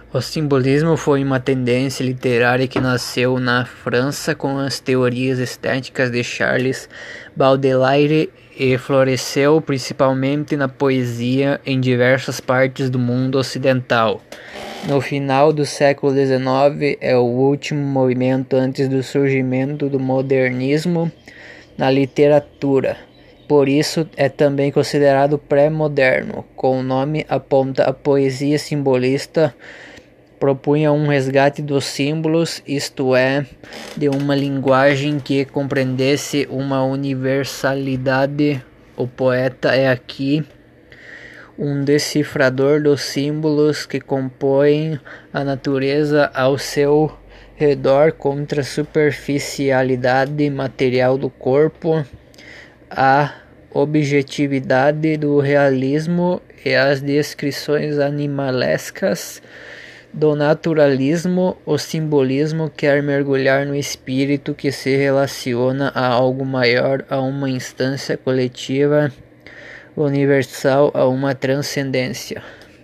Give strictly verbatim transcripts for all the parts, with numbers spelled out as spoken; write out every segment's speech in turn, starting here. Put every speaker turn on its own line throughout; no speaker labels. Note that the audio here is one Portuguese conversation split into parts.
O simbolismo foi uma tendência literária que nasceu na França com as teorias estéticas de Charles Baudelaire e floresceu principalmente na poesia em diversas partes do mundo ocidental. No final do século dezenove, é o último movimento antes do surgimento do modernismo na literatura. Por isso é também considerado pré-moderno. Com o nome aponta a poesia simbolista, propunha um resgate dos símbolos, isto é, de uma linguagem que compreendesse uma universalidade. O poeta é aqui um decifrador dos símbolos que compõem a natureza ao seu redor contra a superficialidade material do corpo, a objetividade do realismo e as descrições animalescas do naturalismo. O simbolismo quer mergulhar no espírito que se relaciona a algo maior, a uma instância coletiva, universal, a uma transcendência.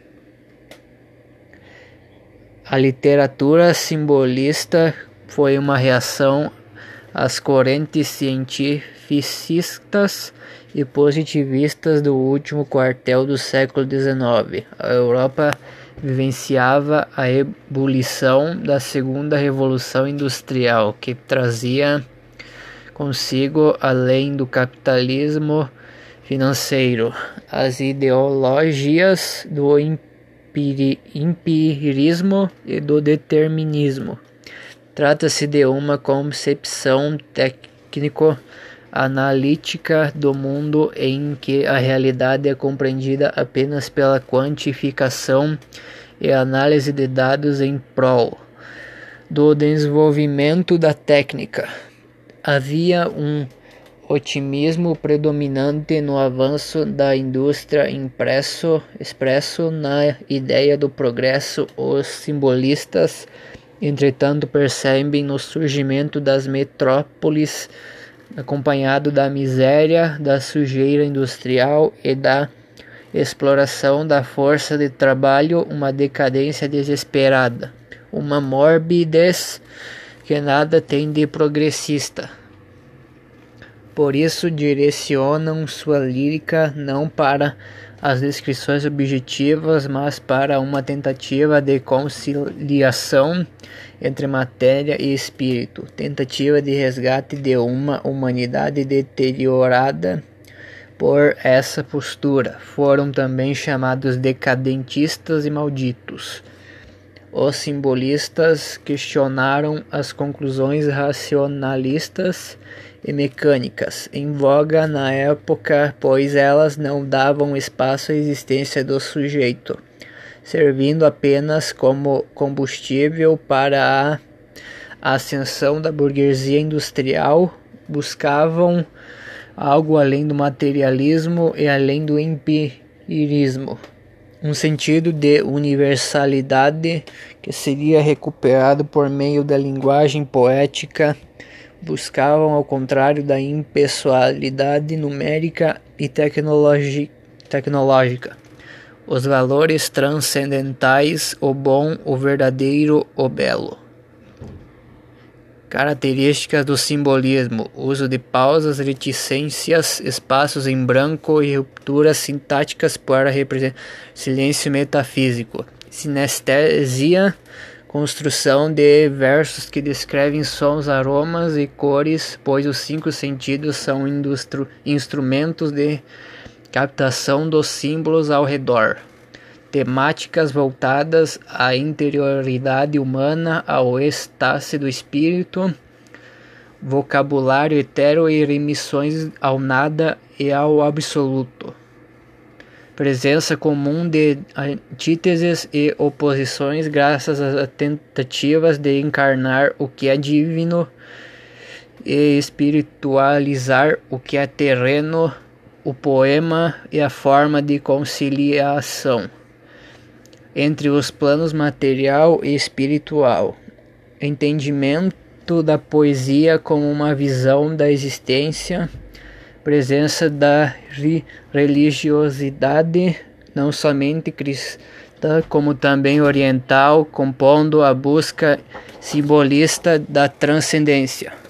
A literatura simbolista foi uma reação às correntes cientificistas e positivistas do último quartel do século dezenove. A Europa vivenciava a ebulição da segunda revolução industrial, que trazia consigo, além do capitalismo financeiro, as ideologias do empirismo e do determinismo. Trata-se de uma concepção técnico-analítica do mundo em que a realidade é compreendida apenas pela quantificação e análise de dados em prol do desenvolvimento da técnica. Havia um otimismo predominante no avanço da indústria impresso, expresso na ideia do progresso. Os simbolistas, entretanto, percebem no surgimento das metrópoles, acompanhado da miséria, da sujeira industrial e da exploração da força de trabalho, uma decadência desesperada, uma morbidez que nada tem de progressista. Por isso direcionam sua lírica não para as descrições objetivas, mas para uma tentativa de conciliação entre matéria e espírito, tentativa de resgate de uma humanidade deteriorada por essa postura. Foram também chamados decadentistas e malditos. Os simbolistas questionaram as conclusões racionalistas e mecânicas em voga na época, pois elas não davam espaço à existência do sujeito, servindo apenas como combustível para a ascensão da burguesia industrial. Buscavam algo além do materialismo e além do empirismo, um sentido de universalidade que seria recuperado por meio da linguagem poética. Buscavam, ao contrário da impessoalidade numérica e tecnológica, os valores transcendentais, o bom, o verdadeiro, o belo. Características do simbolismo: uso de pausas, reticências, espaços em branco e rupturas sintáticas para representar silêncio metafísico. Sinestesia, construção de versos que descrevem sons, aromas e cores, pois os cinco sentidos são instru- instrumentos de captação dos símbolos ao redor. Temáticas voltadas à interioridade humana, ao êxtase do espírito, vocabulário etéreo e remissões ao nada e ao absoluto. Presença comum de antíteses e oposições, graças às tentativas de encarnar o que é divino e espiritualizar o que é terreno, o poema e a forma de conciliação entre os planos material e espiritual. Entendimento da poesia como uma visão da existência, presença da religiosidade, não somente cristã, tá? Como também oriental, compondo a busca simbolista da transcendência.